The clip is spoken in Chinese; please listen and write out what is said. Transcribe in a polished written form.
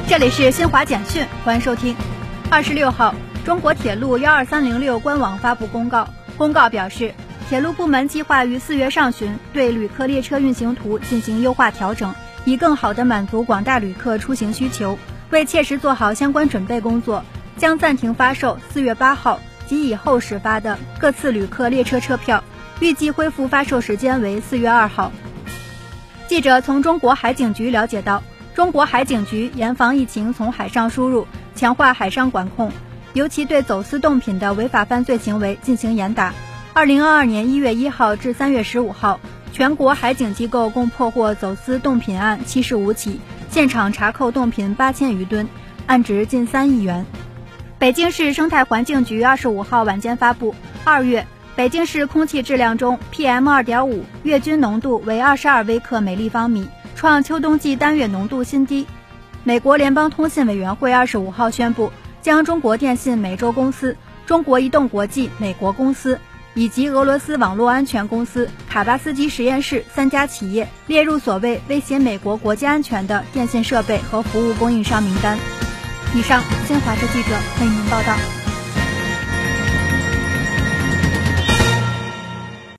这里是新华简讯，欢迎收听。26号，中国铁路12306官网发布公告，公告表示，铁路部门计划于4月上旬对旅客列车运行图进行优化调整，以更好地满足广大旅客出行需求。为切实做好相关准备工作，将暂停发售4月8号及以后始发的各次旅客列车车票，预计恢复发售时间为4月2号。记者从中国海警局了解到，中国海警局严防疫情从海上输入，强化海上管控，尤其对走私冻品的违法犯罪行为进行严打。2022年1月1号至3月15号，全国海警机构共破获走私冻品案75起，现场查扣冻品8000余吨，案值近3亿元。北京市生态环境局25号晚间发布，2月北京市空气质量中 PM2.5 月均浓度为22微克每立方米，创秋冬季单月浓度新低。美国联邦通信委员会25号宣布，将中国电信美洲公司、中国移动国际美国公司以及俄罗斯网络安全公司卡巴斯基实验室3家企业列入所谓威胁美国国家安全的电信设备和服务供应商名单。以上，新华社记者为您报道。